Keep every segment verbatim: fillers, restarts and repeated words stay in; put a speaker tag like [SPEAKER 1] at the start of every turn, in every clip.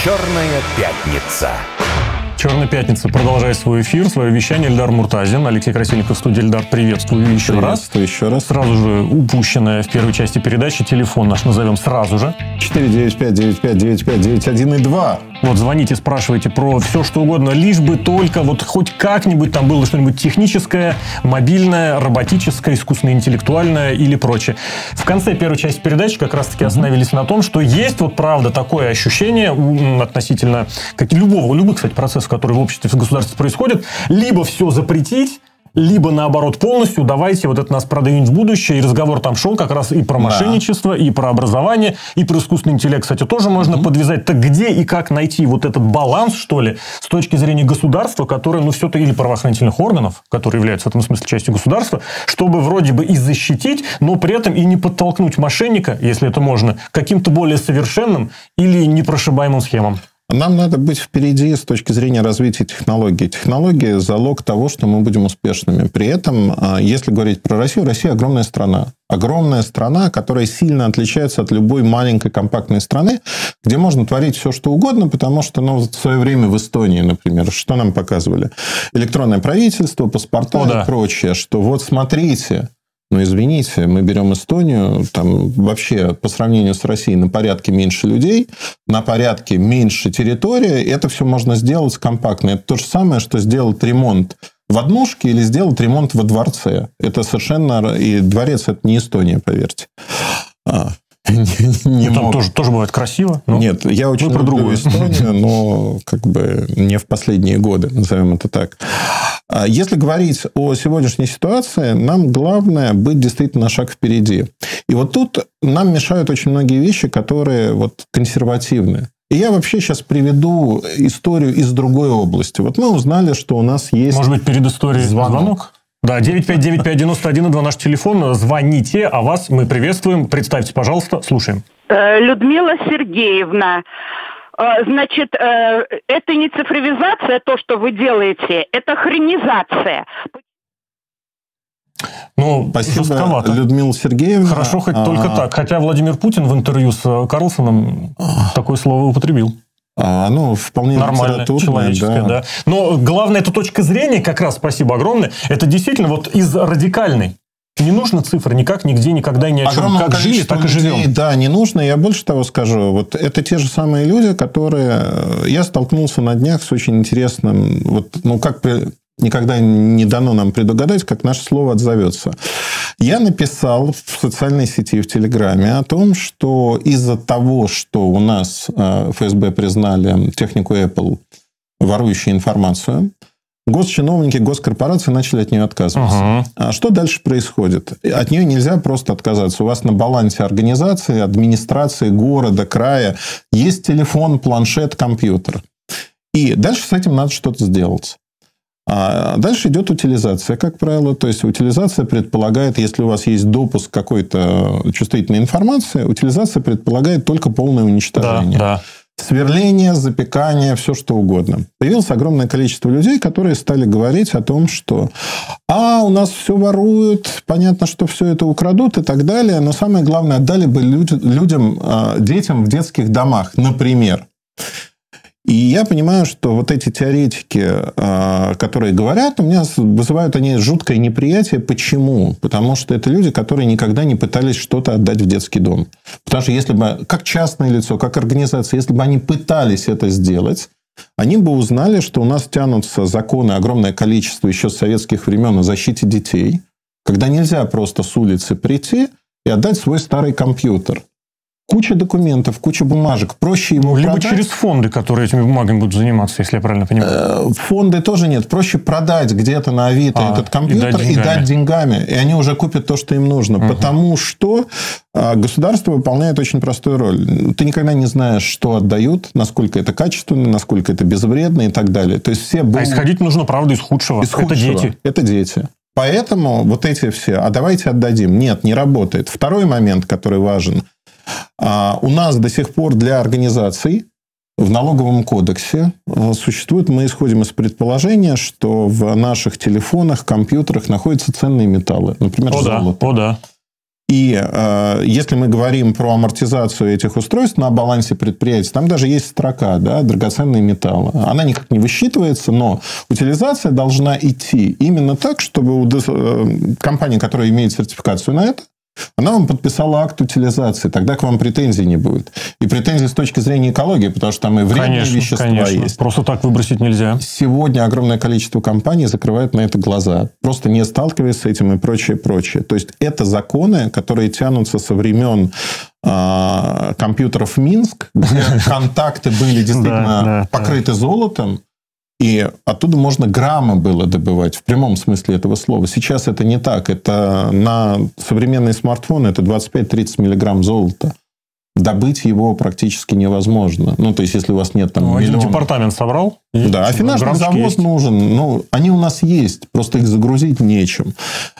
[SPEAKER 1] «Черная пятница».
[SPEAKER 2] «Черная пятница» продолжает свой эфир, свое вещание. Эльдар Муртазин, Алексей Красильников в студии. Эльдар, приветствую еще раз.
[SPEAKER 3] Приветствую еще раз.
[SPEAKER 2] Сразу же упущенная в первой части передачи. Телефон наш назовем сразу же.
[SPEAKER 3] четыре девять пять девять пять девять пять девять один и два.
[SPEAKER 2] Вот, звоните, спрашивайте про все, что угодно, лишь бы только вот хоть как-нибудь там было что-нибудь техническое, мобильное, роботическое, искусственно-интеллектуальное или прочее. В конце первой части передачи как раз-таки остановились на том, что есть вот правда такое ощущение относительно как и любого, любых, кстати, процессов, которые в обществе, в государстве происходят, либо все запретить, либо, наоборот, полностью давайте вот это нас продвинуть в будущее. И разговор там шел как раз и про мошенничество, да. и про образование, и про искусственный интеллект, кстати, тоже можно mm-hmm. подвязать. Так где и как найти вот этот баланс, что ли, с точки зрения государства, которое, ну, все-таки, или правоохранительных органов, которые являются в этом смысле частью государства, чтобы вроде бы и защитить, но при этом и не подтолкнуть мошенника, если это можно, к каким-то более совершенным или непрошибаемым схемам.
[SPEAKER 3] Нам надо быть впереди с точки зрения развития технологий. Технология – залог того, что мы будем успешными. При этом, если говорить про Россию, Россия – огромная страна. Огромная страна, которая сильно отличается от любой маленькой компактной страны, где можно творить все, что угодно, потому что, ну, в свое время в Эстонии, например, что нам показывали? Электронное правительство, паспорта О, да. и прочее, что вот смотрите... Ну, извините, мы берем Эстонию, там вообще по сравнению с Россией на порядке меньше людей, на порядке меньше территории. Это все можно сделать компактно. Это то же самое, что сделать ремонт в однушке или сделать ремонт во дворце. Это совершенно... И дворец – это не Эстония, поверьте. А.
[SPEAKER 2] Не, не там мог... тоже, тоже бывает красиво. Но...
[SPEAKER 3] Нет, я очень
[SPEAKER 2] люблю
[SPEAKER 3] другую Эстонию, но как бы не в последние годы, назовем это так. Если говорить о сегодняшней ситуации, нам главное быть действительно на шаг впереди. И вот тут нам мешают очень многие вещи, которые вот консервативны. И я вообще сейчас приведу историю из другой области. Вот мы узнали, что у нас есть...
[SPEAKER 2] Может быть, перед историей звонок? звонок? Да, девять пять девять пять девяносто один и два наш телефон. Звоните, а вас мы приветствуем. Представьте, пожалуйста, слушаем.
[SPEAKER 4] Людмила Сергеевна, значит, это не цифровизация, то, что вы делаете, это хронизация.
[SPEAKER 2] Ну,
[SPEAKER 3] спасибо,
[SPEAKER 2] жестковато.
[SPEAKER 3] Людмила Сергеевна.
[SPEAKER 2] Хорошо, хоть а... только так. Хотя Владимир Путин в интервью с Карлсоном такое слово употребил.
[SPEAKER 3] А, ну, вполне
[SPEAKER 2] нормально, человеческое, да. да. Но главное, эта точка зрения, как раз, спасибо огромное, это действительно вот из радикальной. Не нужно цифры никак, нигде, никогда и ни о чем.
[SPEAKER 3] Огромное
[SPEAKER 2] как жили, так и живем.
[SPEAKER 3] Людей, да, не нужно. Я больше того скажу. Вот это те же самые люди, которые... Я столкнулся на днях с очень интересным... Вот, ну, как... Никогда не дано нам предугадать, как наше слово отзовется. Я написал в социальной сети, в Телеграме о том, что из-за того, что у нас эф эс бэ признали технику Apple ворующей информацию, госчиновники, госкорпорации начали от нее отказываться. Uh-huh. А что дальше происходит? От нее нельзя просто отказаться. У вас на балансе организации, администрации, города, края есть телефон, планшет, компьютер. И дальше с этим надо что-то сделать. А дальше идет утилизация, как правило. То есть, утилизация предполагает, если у вас есть допуск к какой-то чувствительной информации, утилизация предполагает только полное уничтожение. Да, да. Сверление, запекание, все что угодно. Появилось огромное количество людей, которые стали говорить о том, что а, у нас все воруют, понятно, что все это украдут и так далее. Но самое главное, отдали бы людям, детям в детских домах, например. И я понимаю, что вот эти теоретики, которые говорят, у меня вызывают они жуткое неприятие. Почему? Потому что это люди, которые никогда не пытались что-то отдать в детский дом. Потому что если бы, как частное лицо, как организация, если бы они пытались это сделать, они бы узнали, что у нас тянутся законы, огромное количество еще с советских времен о защите детей, когда нельзя просто с улицы прийти и отдать свой старый компьютер. Куча документов, куча бумажек. Проще ему
[SPEAKER 2] Либо
[SPEAKER 3] продать.
[SPEAKER 2] через фонды, которые этими бумагами будут заниматься, если я правильно понимаю.
[SPEAKER 3] Фонды тоже нет. Проще продать где-то на Авито а, этот компьютер и дать, и дать деньгами. И они уже купят то, что им нужно. Угу. Потому что государство выполняет очень простую роль. Ты никогда не знаешь, что отдают, насколько это качественно, насколько это безвредно и так далее. То есть все бум...
[SPEAKER 2] А исходить нужно, правда, из худшего.
[SPEAKER 3] Из худшего.
[SPEAKER 2] Это дети.
[SPEAKER 3] Это дети. Поэтому вот эти все, а давайте отдадим. Нет, не работает. Второй момент, который важен. У нас до сих пор для организаций в налоговом кодексе существует, мы исходим из предположения, что в наших телефонах, компьютерах находятся ценные металлы. Например,
[SPEAKER 2] О,
[SPEAKER 3] золото.
[SPEAKER 2] Да. О, да.
[SPEAKER 3] И э, если мы говорим про амортизацию этих устройств на балансе предприятия, там даже есть строка, да, драгоценные металлы. Она никак не высчитывается, но утилизация должна идти именно так, чтобы у э, компании, которая имеет сертификацию на это, она вам подписала акт утилизации, тогда к вам претензий не будет. И претензий с точки зрения экологии, потому что там и вредные
[SPEAKER 2] конечно,
[SPEAKER 3] вещества
[SPEAKER 2] конечно.
[SPEAKER 3] есть.
[SPEAKER 2] Просто так выбросить нельзя.
[SPEAKER 3] Сегодня огромное количество компаний закрывает на это глаза, просто не сталкиваясь с этим и прочее, прочее. То есть, это законы, которые тянутся со времен э, компьютеров Минск, где контакты были действительно покрыты золотом, и оттуда можно граммы было добывать, в прямом смысле этого слова. Сейчас это не так. Это на современные смартфоны это двадцать пять - тридцать миллиграмм золота. Добыть его практически невозможно. Ну, то есть, если у вас нет там...
[SPEAKER 2] Ну,
[SPEAKER 3] миллион...
[SPEAKER 2] один департамент собрал.
[SPEAKER 3] Да, афинажный завод есть. Нужен. Ну, они у нас есть. Просто их загрузить нечем.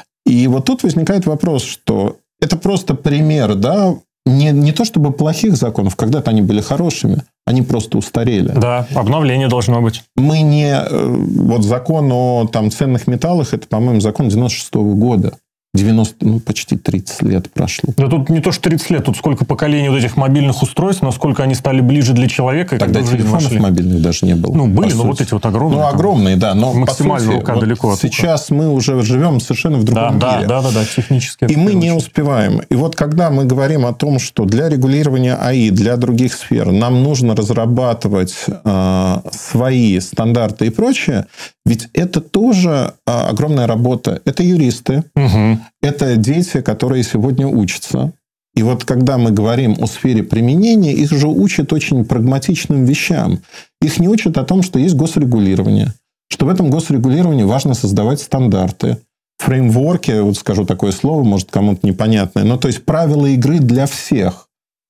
[SPEAKER 3] И вот тут возникает вопрос, что это просто пример, да, не, не то чтобы плохих законов, когда-то они были хорошими, они просто устарели.
[SPEAKER 2] Да, обновление должно быть.
[SPEAKER 3] Мы не... Вот закон о там, ценных металлах, это, по-моему, закон девяносто шестого года. девяносто, ну, почти тридцать лет прошло.
[SPEAKER 2] Да тут не то, что тридцать лет, тут сколько поколений вот этих мобильных устройств, насколько они стали ближе для человека.
[SPEAKER 3] Тогда телефонов вошли. Мобильных даже не было.
[SPEAKER 2] Ну, были, но вот эти вот огромные.
[SPEAKER 3] Ну, огромные, да. Но
[SPEAKER 2] максимально
[SPEAKER 3] по сути,
[SPEAKER 2] рука
[SPEAKER 3] вот
[SPEAKER 2] далеко.
[SPEAKER 3] Сейчас мы уже живем совершенно в другом
[SPEAKER 2] да,
[SPEAKER 3] мире.
[SPEAKER 2] Да, да, да, да, технически.
[SPEAKER 3] И мы не успеваем. И вот когда мы говорим о том, что для регулирования АИ, для других сфер нам нужно разрабатывать э, свои стандарты и прочее, ведь это тоже э, огромная работа. Это юристы, угу. это дети, которые сегодня учатся. И вот когда мы говорим о сфере применения, их же учат очень прагматичным вещам. Их не учат о том, что есть госрегулирование, что в этом госрегулировании важно создавать стандарты, фреймворки, вот скажу такое слово, может, кому-то непонятное, но то есть правила игры для всех.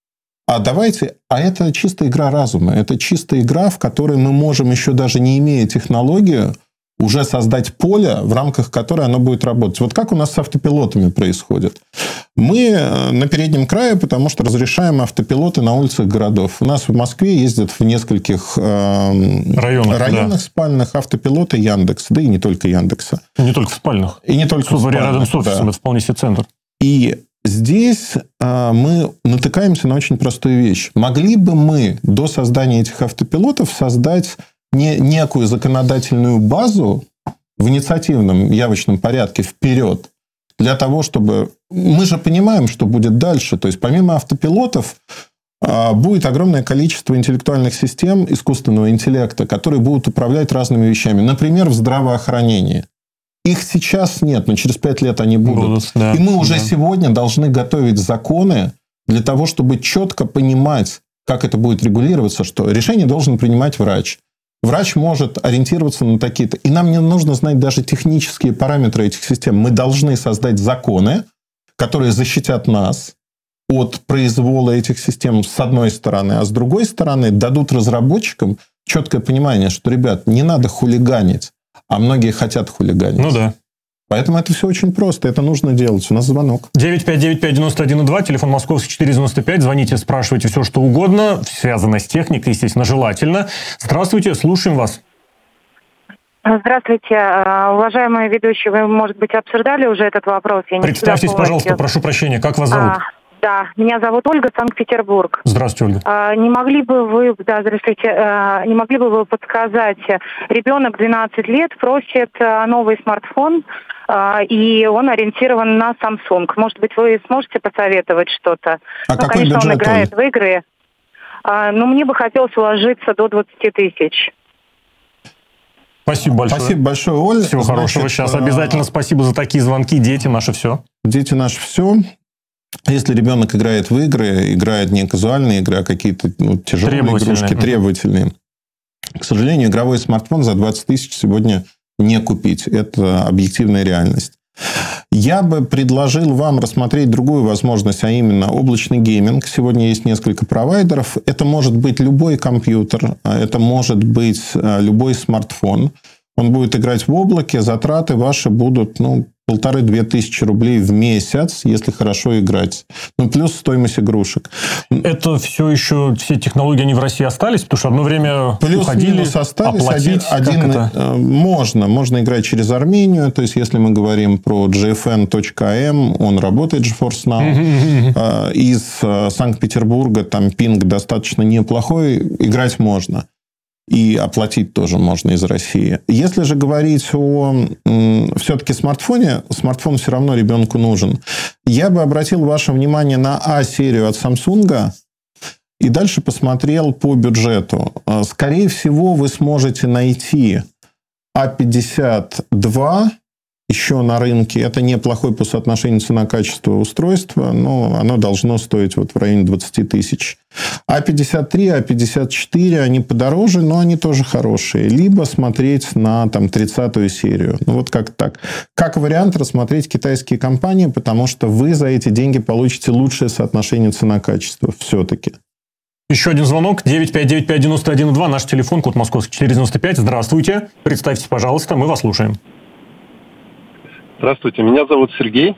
[SPEAKER 3] А давайте, а это чистая игра разума, это чистая игра, в которой мы можем, еще даже не имея технологию, уже создать поле, в рамках которой оно будет работать. Вот как у нас с автопилотами происходит. Мы на переднем крае, потому что разрешаем автопилоты на улицах городов. У нас в Москве ездят в нескольких э, районах, районах да. спальных автопилоты Яндекса, да и не только Яндекса.
[SPEAKER 2] И не только в спальных.
[SPEAKER 3] И не только в спальных.
[SPEAKER 2] Рядом с офисом, да. Это вполне себе центр.
[SPEAKER 3] И здесь э, мы натыкаемся на очень простую вещь. Могли бы мы до создания этих автопилотов создать не, некую законодательную базу в инициативном явочном порядке вперед, для того, чтобы... Мы же понимаем, что будет дальше. То есть, помимо автопилотов, будет огромное количество интеллектуальных систем искусственного интеллекта, которые будут управлять разными вещами. Например, в здравоохранении. Их сейчас нет, но через пять лет они будут. будут да, И мы уже да. сегодня должны готовить законы для того, чтобы четко понимать, как это будет регулироваться, что решение должен принимать врач. Врач может ориентироваться на такие-то. И нам не нужно знать даже технические параметры этих систем. Мы должны создать законы, которые защитят нас от произвола этих систем с одной стороны, а с другой стороны дадут разработчикам четкое понимание, что, ребят, не надо хулиганить, а многие хотят хулиганить.
[SPEAKER 2] Ну да.
[SPEAKER 3] Поэтому это все очень просто. Это нужно делать. У нас звонок.
[SPEAKER 2] девять пять девять пять девяносто один два, телефон московский четыре девяносто пять. Звоните, спрашивайте все, что угодно. Связано с техникой, естественно, желательно. Здравствуйте, слушаем вас.
[SPEAKER 5] Здравствуйте. Уважаемые ведущие, вы, может быть, обсуждали уже этот вопрос? Я
[SPEAKER 2] Представьтесь, пожалуйста, прошу прощения. Как вас зовут?
[SPEAKER 5] А, да, меня зовут Ольга, Санкт-Петербург.
[SPEAKER 2] Здравствуйте, Ольга.
[SPEAKER 5] А, не могли бы вы, да, здравствуйте, а, не могли бы вы подсказать, ребенок двенадцать лет просит новый смартфон, а, и он ориентирован на Samsung. Может быть, вы сможете посоветовать что-то?
[SPEAKER 3] А
[SPEAKER 5] ну,
[SPEAKER 3] какой
[SPEAKER 5] конечно,
[SPEAKER 3] бюджет,
[SPEAKER 5] он играет
[SPEAKER 3] Оль?
[SPEAKER 5] в игры. А, но мне бы хотелось уложиться до двадцати тысяч.
[SPEAKER 2] Спасибо большое.
[SPEAKER 3] Спасибо большое, Оль.
[SPEAKER 2] Всего Значит, хорошего. Сейчас обязательно спасибо за такие звонки. Дети наше все.
[SPEAKER 3] Дети наше все. Если ребенок играет в игры, играет не казуальные игры, а какие-то ну, тяжелые игрушки, требовательные. К сожалению, игровой смартфон за двадцать тысяч сегодня не купить. Это объективная реальность. Я бы предложил вам рассмотреть другую возможность, а именно облачный гейминг. Сегодня есть несколько провайдеров. Это может быть любой компьютер, это может быть любой смартфон. Он будет играть в облаке, затраты ваши будут, ну, полторы-две тысячи рублей в месяц, если хорошо играть. Ну, плюс стоимость игрушек.
[SPEAKER 2] Это все еще, все технологии, они в России остались? Потому что одно время
[SPEAKER 3] плюс
[SPEAKER 2] уходили,
[SPEAKER 3] минус остались.
[SPEAKER 2] оплатить,
[SPEAKER 3] один, один,
[SPEAKER 2] это?
[SPEAKER 3] Можно. Можно играть через Армению. То есть, если мы говорим про джи эф эн точка эм, он работает, GeForce Now. Из Санкт-Петербурга там пинг достаточно неплохой. Играть можно. И оплатить тоже можно из России. Если же говорить о все-таки смартфоне, смартфон все равно ребенку нужен. Я бы обратил ваше внимание на А-серию от Samsung и дальше посмотрел по бюджету. Скорее всего, вы сможете найти А пятьдесят два еще на рынке. Это неплохой по соотношению цена-качество устройства, но оно должно стоить вот в районе двадцать тысяч. А пятьдесят три, А пятьдесят четыре, они подороже, но они тоже хорошие. Либо смотреть на там, тридцатую серию. Ну, вот как так. Как вариант рассмотреть китайские компании, потому что вы за эти деньги получите лучшее соотношение цена-качество все-таки.
[SPEAKER 2] Еще один звонок. девять пять девять пять девяносто один два. Наш телефон, код московский четыреста девяносто пять. Здравствуйте. Представьтесь, пожалуйста. Мы вас слушаем.
[SPEAKER 6] Здравствуйте, меня зовут Сергей.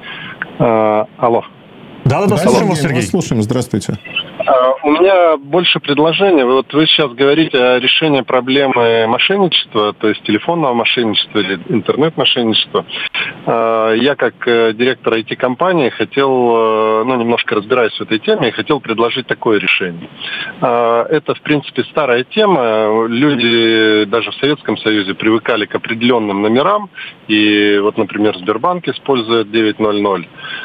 [SPEAKER 6] А, алло.
[SPEAKER 2] Да-да-да,
[SPEAKER 3] Да,
[SPEAKER 2] слушаем вас,
[SPEAKER 3] Сергей.
[SPEAKER 2] Сергей.
[SPEAKER 3] Мы слушаем, здравствуйте.
[SPEAKER 6] А, у меня больше предложений. Вот вы сейчас говорите о решении проблемы мошенничества, то есть телефонного мошенничества или интернет-мошенничества. А, я как директор ай ти-компании хотел, ну, немножко разбираюсь в этой теме и хотел предложить такое решение. А, это, в принципе, старая тема. Люди даже в Советском Союзе привыкали к определенным номерам. И вот, например, Сбербанк использует девять ноль ноль.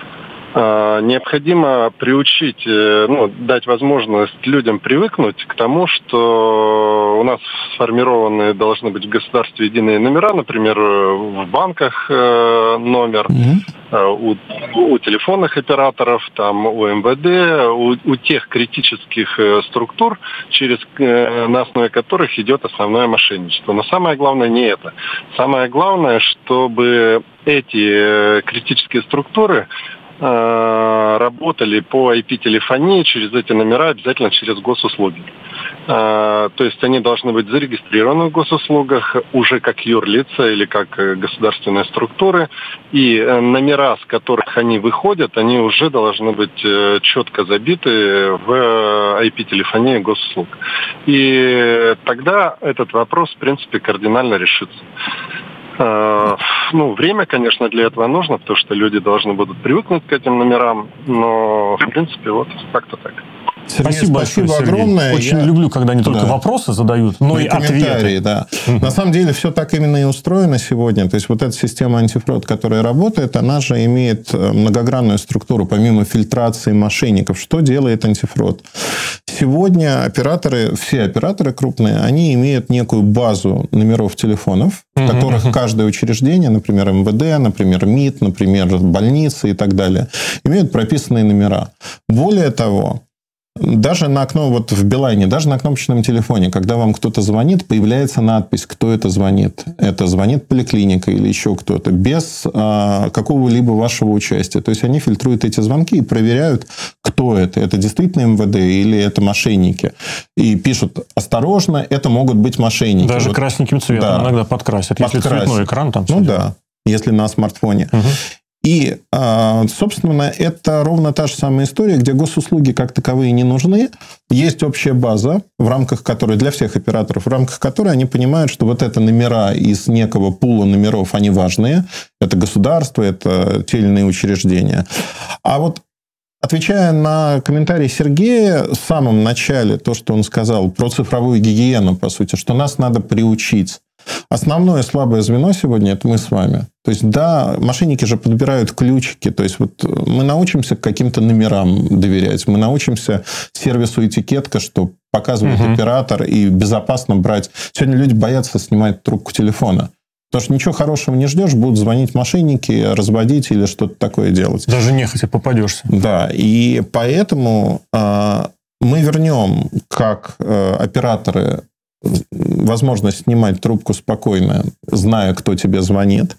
[SPEAKER 6] Необходимо приучить, ну, дать возможность людям привыкнуть к тому, что у нас сформированы должны быть в государстве единые номера, например, в банках номер, mm-hmm. у, у телефонных операторов, там, у эм вэ дэ, у, у тех критических структур, через, на основе которых идет основное мошенничество. Но самое главное не это. Самое главное, чтобы эти критические структуры работали по ай пи-телефонии через эти номера, обязательно через госуслуги. То есть они должны быть зарегистрированы в госуслугах уже как юрлица или как государственные структуры. И номера, с которых они выходят, они уже должны быть четко забиты в ай пи-телефонии госуслуг. И тогда этот вопрос, в принципе, кардинально решится. Ну, время, конечно, для этого нужно, потому что люди должны будут привыкнуть к этим номерам, но, в принципе, вот как-то так.
[SPEAKER 3] Сергей,
[SPEAKER 2] спасибо,
[SPEAKER 3] спасибо
[SPEAKER 2] большое,
[SPEAKER 3] огромное.
[SPEAKER 2] Сергей. Очень
[SPEAKER 3] Я...
[SPEAKER 2] люблю, когда не только
[SPEAKER 3] да.
[SPEAKER 2] вопросы задают, но ну, и, и ответы.
[SPEAKER 3] Да. Угу. На самом деле, все так именно и устроено сегодня. То есть, вот эта система антифрод, которая работает, она же имеет многогранную структуру, помимо фильтрации мошенников. Что делает антифрод? Сегодня операторы, все операторы крупные, они имеют некую базу номеров телефонов, в которых uh-huh. каждое учреждение, например, эм вэ дэ, например, МИД, например, больницы и так далее, имеют прописанные номера. Более того, даже на окно, вот в Билайне, даже на кнопочном телефоне, когда вам кто-то звонит, появляется надпись, кто это звонит. Это звонит поликлиника или еще кто-то, без а, какого-либо вашего участия. То есть, они фильтруют эти звонки и проверяют, кто это. Это действительно эм вэ дэ или это мошенники. И пишут, осторожно, это могут быть мошенники.
[SPEAKER 2] Даже
[SPEAKER 3] вот.
[SPEAKER 2] красненьким цветом да. иногда подкрасят.
[SPEAKER 3] подкрасят.
[SPEAKER 2] Если цветной экран там.
[SPEAKER 3] Ну
[SPEAKER 2] сидит.
[SPEAKER 3] да, если на смартфоне. Угу. И, собственно, это ровно та же самая история, где госуслуги как таковые не нужны. Есть общая база, в рамках которой, для всех операторов, в рамках которой они понимают, что вот это номера из некого пула номеров, они важные. Это государство, это те или иные учреждения. А вот отвечая на комментарий Сергея, в самом начале, то, что он сказал про цифровую гигиену, по сути, что нас надо приучить. Основное слабое звено сегодня – это мы с вами. То есть, да, мошенники же подбирают ключики. То есть, вот мы научимся каким-то номерам доверять. Мы научимся сервису этикетка, что показывает угу. оператор, и безопасно брать. Сегодня люди боятся снимать трубку телефона. Потому что ничего хорошего не ждешь, будут звонить мошенники, разводить или что-то такое делать.
[SPEAKER 2] Даже нехотя попадешься.
[SPEAKER 3] Да, и поэтому э, мы вернем, как э, операторы, возможность снимать трубку спокойно, зная, кто тебе звонит.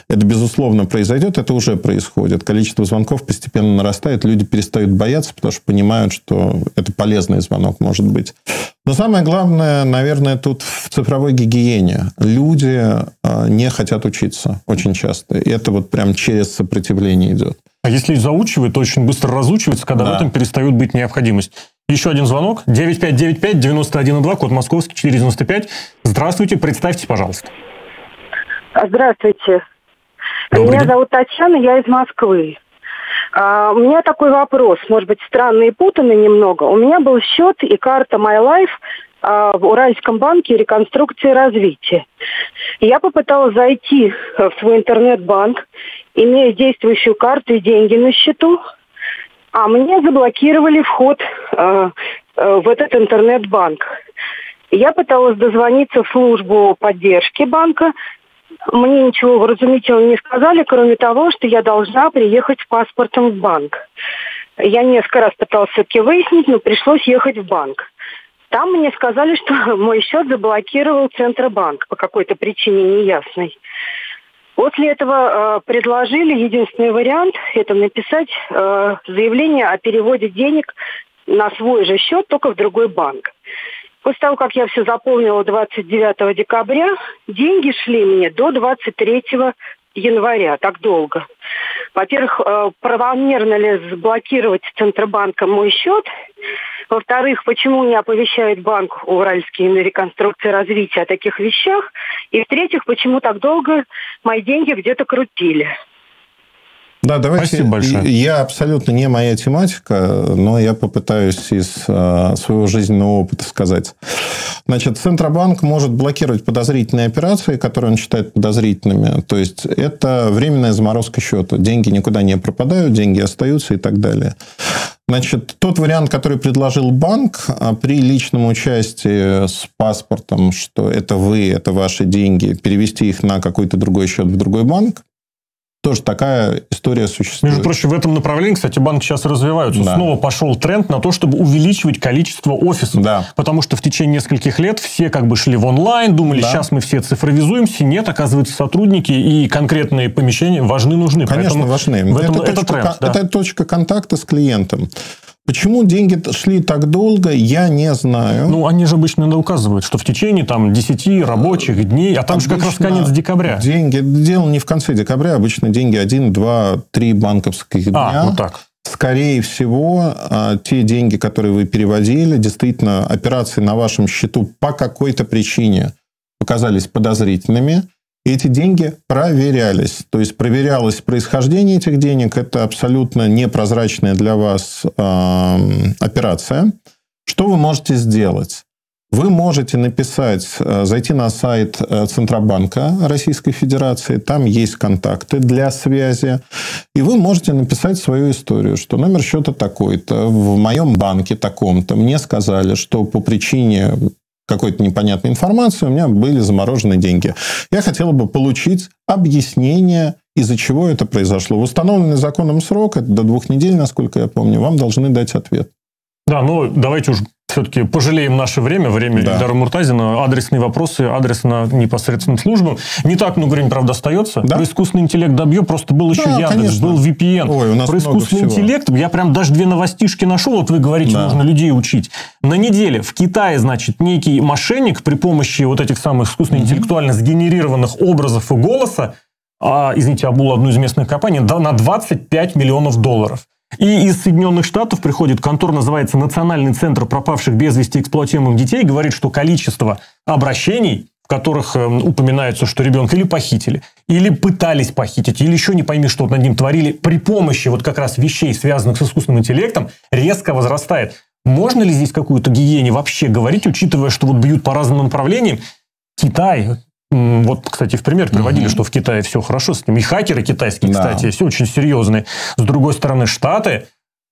[SPEAKER 3] это, безусловно, произойдет, это уже происходит. Количество звонков постепенно нарастает, люди перестают бояться, потому что понимают, что это полезный звонок может быть. Но самое главное, наверное, тут в цифровой гигиене. Люди не хотят учиться очень часто. И это вот прям через сопротивление идет.
[SPEAKER 2] А если заучивают, то очень быстро разучиваются, когда да. в этом перестает быть необходимость. Еще один звонок. девять пять девять пять девяносто один два, код московский, четыре девяносто пять. Здравствуйте, представьтесь, пожалуйста.
[SPEAKER 7] Здравствуйте.
[SPEAKER 2] Добрый
[SPEAKER 7] Меня
[SPEAKER 2] день.
[SPEAKER 7] зовут Татьяна, я из Москвы. А, у меня такой вопрос, может быть, странный и путанный немного. У меня был счет и карта MyLife а, в Уральском банке реконструкции и развития. И я попыталась зайти в свой интернет-банк, имея действующую карту и деньги на счету, а мне заблокировали вход а, а, в этот интернет-банк. Я пыталась дозвониться в службу поддержки банка. Мне ничего вразумительного не сказали, кроме того, что я должна приехать с паспортом в банк. Я несколько раз пыталась все-таки выяснить, но пришлось ехать в банк. Там мне сказали, что мой счет заблокировал Центробанк по какой-то причине неясной. После этого э, предложили единственный вариант – это написать э, заявление о переводе денег на свой же счет, только в другой банк. После того, как я все заполнила двадцать девятого декабря, деньги шли мне до двадцать третьего января, так долго. Во-первых, правомерно ли заблокировать Центробанком мой счет? Во-вторых, почему не оповещает банк Уральский на реконструкции и развития о таких вещах? И в-третьих, почему так долго мои деньги где-то крутили?
[SPEAKER 3] Да, давайте.
[SPEAKER 2] Спасибо большое.
[SPEAKER 3] Я абсолютно не моя тематика, но я попытаюсь из э, своего жизненного опыта сказать. Значит, Центробанк может блокировать подозрительные операции, которые он считает подозрительными. То есть, это временная заморозка счета. Деньги никуда не пропадают, деньги остаются и так далее. Значит, тот вариант, который предложил банк, при личном участии с паспортом, что это вы, это ваши деньги, перевести их на какой-то другой счет в другой банк, тоже такая история существует.
[SPEAKER 2] Между прочим, в этом направлении, кстати, банки сейчас развиваются.
[SPEAKER 3] Да.
[SPEAKER 2] Снова пошел тренд на то, чтобы увеличивать количество офисов.
[SPEAKER 3] Да.
[SPEAKER 2] Потому что в течение нескольких лет все как бы шли в онлайн, думали, да. сейчас мы все цифровизуемся. Нет, оказывается, сотрудники и конкретные помещения важны, нужны.
[SPEAKER 3] Конечно,
[SPEAKER 2] Поэтому
[SPEAKER 3] важны.
[SPEAKER 2] В этом,
[SPEAKER 3] это,
[SPEAKER 2] это,
[SPEAKER 3] точка,
[SPEAKER 2] тренд, да.
[SPEAKER 3] это точка контакта с клиентом. Почему деньги шли так долго, я не знаю.
[SPEAKER 2] Ну, они же обычно указывают, что в течение там, десяти рабочих дней, а там обычно же как раз конец декабря.
[SPEAKER 3] Деньги, дело не в конце декабря, обычно деньги один, два, три банковских дня.
[SPEAKER 2] А, ну так.
[SPEAKER 3] Скорее всего, те деньги, которые вы переводили, действительно, операции на вашем счету по какой-то причине показались подозрительными. Эти деньги проверялись. То есть, проверялось происхождение этих денег. Это абсолютно непрозрачная для вас э, операция. Что вы можете сделать? Вы можете написать, зайти на сайт Центробанка Российской Федерации. Там есть контакты для связи. И вы можете написать свою историю, что номер счета такой-то, в моем банке таком-то. Мне сказали, что по причине какой-то непонятной информации у меня были заморожены деньги. Я хотела бы получить объяснение, из-за чего это произошло. В установленный законом срок, это до двух недель, насколько я помню, вам должны дать ответ.
[SPEAKER 2] Да, но давайте уж все-таки пожалеем наше время, время да. Ильдара Муртазина. Адресные вопросы, адрес на непосредственную службу. Не так много времени, правда, остается. Да? Про искусственный интеллект добью. Просто был еще да, Яндекс, конечно. Был ви пи эн.
[SPEAKER 3] Ой, у нас
[SPEAKER 2] Про искусственный
[SPEAKER 3] всего.
[SPEAKER 2] интеллект я прям даже две новостишки нашел. Вот вы говорите, да. нужно людей учить. На неделе в Китае, значит, некий мошенник при помощи вот этих самых искусственно-интеллектуально сгенерированных образов и голоса, а, извините, обул одну из местных компаний, на двадцать пять миллионов долларов. И из Соединенных Штатов приходит контора, называется Национальный центр пропавших без вести эксплуатируемых детей, говорит, что количество обращений, в которых э, упоминается, что ребенка или похитили, или пытались похитить, или еще не пойми, что вот над ним творили, при помощи вот как раз вещей, связанных с искусственным интеллектом, резко возрастает. Можно ли здесь какую-то гигиене вообще говорить, учитывая, что вот бьют по разным направлениям? Китай... Вот, кстати, в пример приводили, угу. что в Китае все хорошо с ним. И хакеры китайские, да. кстати, все очень серьезные. С другой стороны, Штаты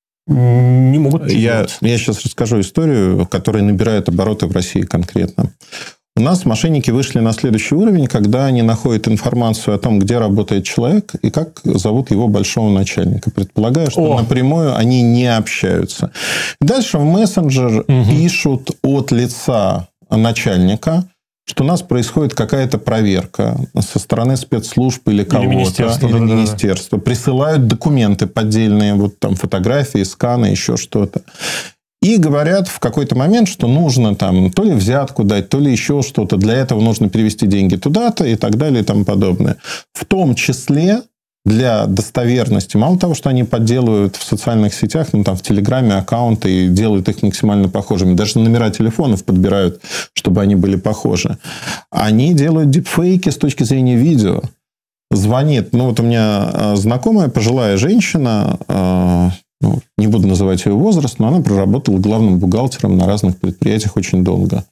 [SPEAKER 2] не могут...
[SPEAKER 3] Я, я сейчас расскажу историю, которая набирает обороты в России конкретно. У нас мошенники вышли на следующий уровень, когда они находят информацию о том, где работает человек и как зовут его большого начальника. Предполагаю, что О. напрямую они не общаются. Дальше в мессенджер угу. пишут от лица начальника что у нас происходит какая-то проверка со стороны спецслужб или кого-то, или министерства, или да, министерства. Да, да. Присылают документы поддельные, вот там фотографии, сканы, еще что-то. И говорят в какой-то момент, что нужно там то ли взятку дать, то ли еще что-то. Для этого нужно перевести деньги туда-то и так далее и тому подобное. В том числе для достоверности. Мало того, что они подделывают в социальных сетях, ну, там, в Телеграме аккаунты и делают их максимально похожими. Даже номера телефонов подбирают, чтобы они были похожи. Они делают дипфейки с точки зрения видео. Звонит. Ну, вот у меня знакомая пожилая женщина, ну, не буду называть ее возраст, но она проработала главным бухгалтером на разных предприятиях очень долго.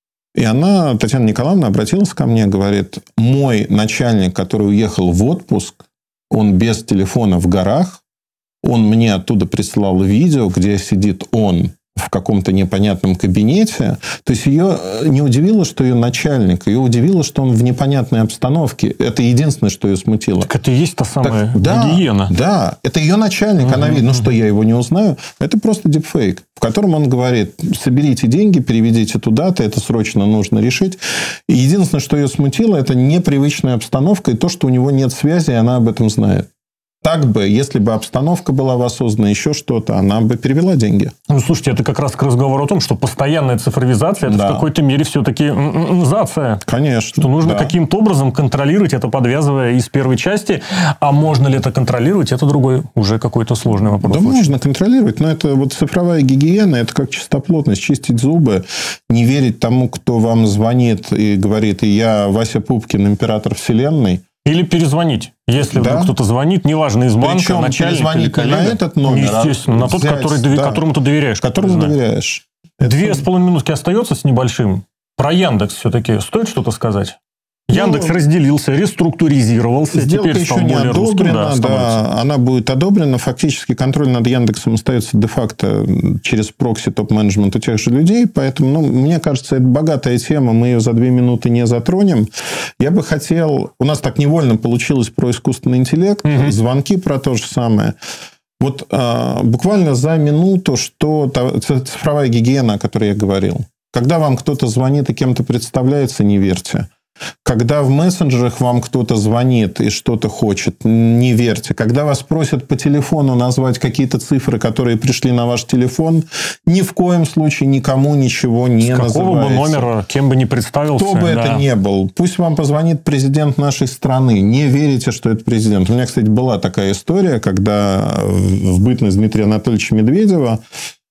[SPEAKER 3] И она, Татьяна Николаевна, обратилась ко мне, говорит, мой начальник, который уехал в отпуск, он без телефона в горах, он мне оттуда прислал видео, где сидит он в каком-то непонятном кабинете. То есть ее не удивило, что ее начальник, ее удивило, что он в непонятной обстановке. Это единственное, что ее смутило.
[SPEAKER 2] Так это и есть та самая
[SPEAKER 3] так, да,
[SPEAKER 2] гигиена.
[SPEAKER 3] Да, это ее начальник. Uh-huh, она видит, ну uh-huh. что, я его не узнаю. Это просто дипфейк, в котором он говорит, соберите деньги, переведите туда-то, это срочно нужно решить. И единственное, что ее смутило, это непривычная обстановка и то, что у него нет связи, и она об этом знает. Так бы, если бы обстановка была воссоздана, еще что-то, она бы перевела деньги.
[SPEAKER 2] Ну, слушайте, это как раз к разговору о том, что постоянная цифровизация, это да. в какой-то мере все-таки низация.
[SPEAKER 3] Конечно.
[SPEAKER 2] Что нужно
[SPEAKER 3] да.
[SPEAKER 2] каким-то образом контролировать это, подвязывая из первой части. А можно ли это контролировать, это другой, уже какой-то сложный вопрос.
[SPEAKER 3] Да, очень. Можно контролировать, но это вот цифровая гигиена, это как чистоплотность, чистить зубы, не верить тому, кто вам звонит и говорит, я Вася Пупкин, император вселенной.
[SPEAKER 2] Или перезвонить. Если да. вдруг кто-то звонит, неважно, из банка, причем начальник или коллега.
[SPEAKER 3] На этот номер.
[SPEAKER 2] Естественно, на тот,
[SPEAKER 3] взять,
[SPEAKER 2] который,
[SPEAKER 3] да.
[SPEAKER 2] которому ты доверяешь.
[SPEAKER 3] Которому доверяешь.
[SPEAKER 2] Две
[SPEAKER 3] это...
[SPEAKER 2] с половиной минутки остается с небольшим. Про Яндекс все-таки стоит что-то сказать? Яндекс ну, разделился, реструктуризировался.
[SPEAKER 3] Сделка
[SPEAKER 2] теперь
[SPEAKER 3] еще
[SPEAKER 2] стал
[SPEAKER 3] не
[SPEAKER 2] более
[SPEAKER 3] одобрена.
[SPEAKER 2] русским, да,
[SPEAKER 3] да, она будет одобрена. Фактически контроль над Яндексом остается де-факто через прокси топ-менеджмент у тех же людей. Поэтому, ну, мне кажется, это богатая тема. Мы ее за две минуты не затронем. Я бы хотел... У нас так невольно получилось про искусственный интеллект. Угу. Звонки про то же самое. Вот а, буквально за минуту, что та, цифровая гигиена, о которой я говорил. Когда вам кто-то звонит и кем-то представляется, не верьте. Когда в мессенджерах вам кто-то звонит и что-то хочет, не верьте. Когда вас просят по телефону назвать какие-то цифры, которые пришли на ваш телефон, ни в коем случае никому ничего не называйте.
[SPEAKER 2] С какого бы номера, кем бы ни представился.
[SPEAKER 3] Кто бы да. это ни был. Пусть вам позвонит президент нашей страны. Не верите, что это президент. У меня, кстати, была такая история, когда в бытность Дмитрия Анатольевича Медведева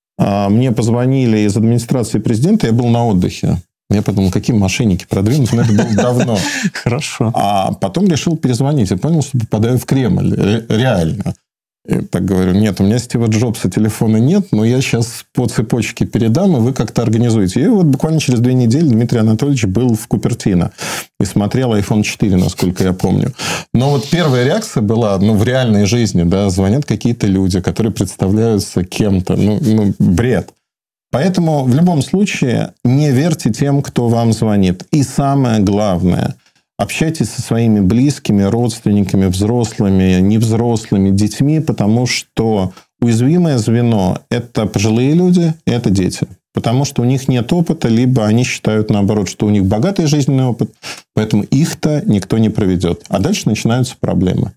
[SPEAKER 3] мне позвонили из администрации президента, я был на отдыхе. Я подумал, какие мошенники продвинутые, но это было давно.
[SPEAKER 2] Хорошо.
[SPEAKER 3] А потом решил перезвонить и понял, что попадаю в Кремль. Реально. И так говорю, нет, у меня Стива Джобса телефона нет, но я сейчас по цепочке передам, и вы как-то организуете. И вот буквально через две недели Дмитрий Анатольевич был в Купертино и смотрел айфон четыре, насколько я помню. Но вот первая реакция была, ну, в реальной жизни, да, звонят какие-то люди, которые представляются кем-то. Ну, ну бред. Поэтому в любом случае не верьте тем, кто вам звонит. И самое главное, общайтесь со своими близкими, родственниками, взрослыми, невзрослыми, детьми, потому что уязвимое звено – это пожилые люди, это дети. Потому что у них нет опыта, либо они считают, наоборот, что у них богатый жизненный опыт, поэтому их-то никто не проведет. А дальше начинаются проблемы.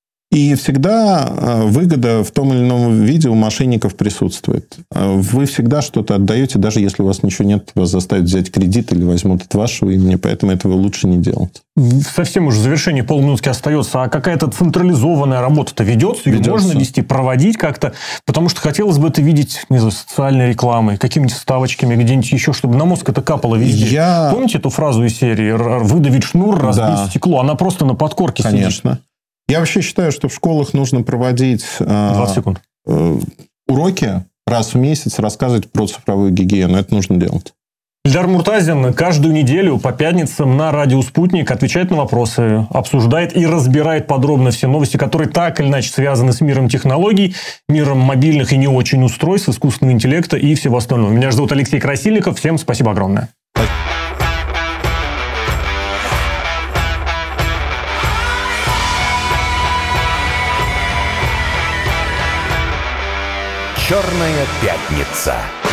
[SPEAKER 3] И всегда выгода в том или ином виде у мошенников присутствует. Вы всегда что-то отдаете, даже если у вас ничего нет, вас заставят взять кредит или возьмут от вашего имени, поэтому этого лучше не делать.
[SPEAKER 2] Совсем уже в завершении полминутки остается. А какая-то централизованная работа-то ведется? Ее
[SPEAKER 3] ведется.
[SPEAKER 2] Можно вести, проводить как-то? Потому что хотелось бы это видеть, не знаю, социальной рекламой, какими-нибудь ставочками, где-нибудь еще, чтобы на мозг это капало везде.
[SPEAKER 3] Я...
[SPEAKER 2] Помните эту фразу из серии «Выдавить шнур, разбить да. стекло»? Она просто на подкорке
[SPEAKER 3] Конечно.
[SPEAKER 2] сидит.
[SPEAKER 3] Конечно. Я вообще считаю, что в школах нужно проводить
[SPEAKER 2] двадцать секунд.
[SPEAKER 3] Э, уроки раз в месяц, рассказывать про цифровую гигиену. Это нужно делать.
[SPEAKER 2] Ильдар Муртазин каждую неделю по пятницам на радио «Спутник» отвечает на вопросы, обсуждает и разбирает подробно все новости, которые так или иначе связаны с миром технологий, миром мобильных и не очень устройств, искусственного интеллекта и всего остального. Меня зовут Алексей Красильников. Всем спасибо огромное.
[SPEAKER 1] «Черная пятница».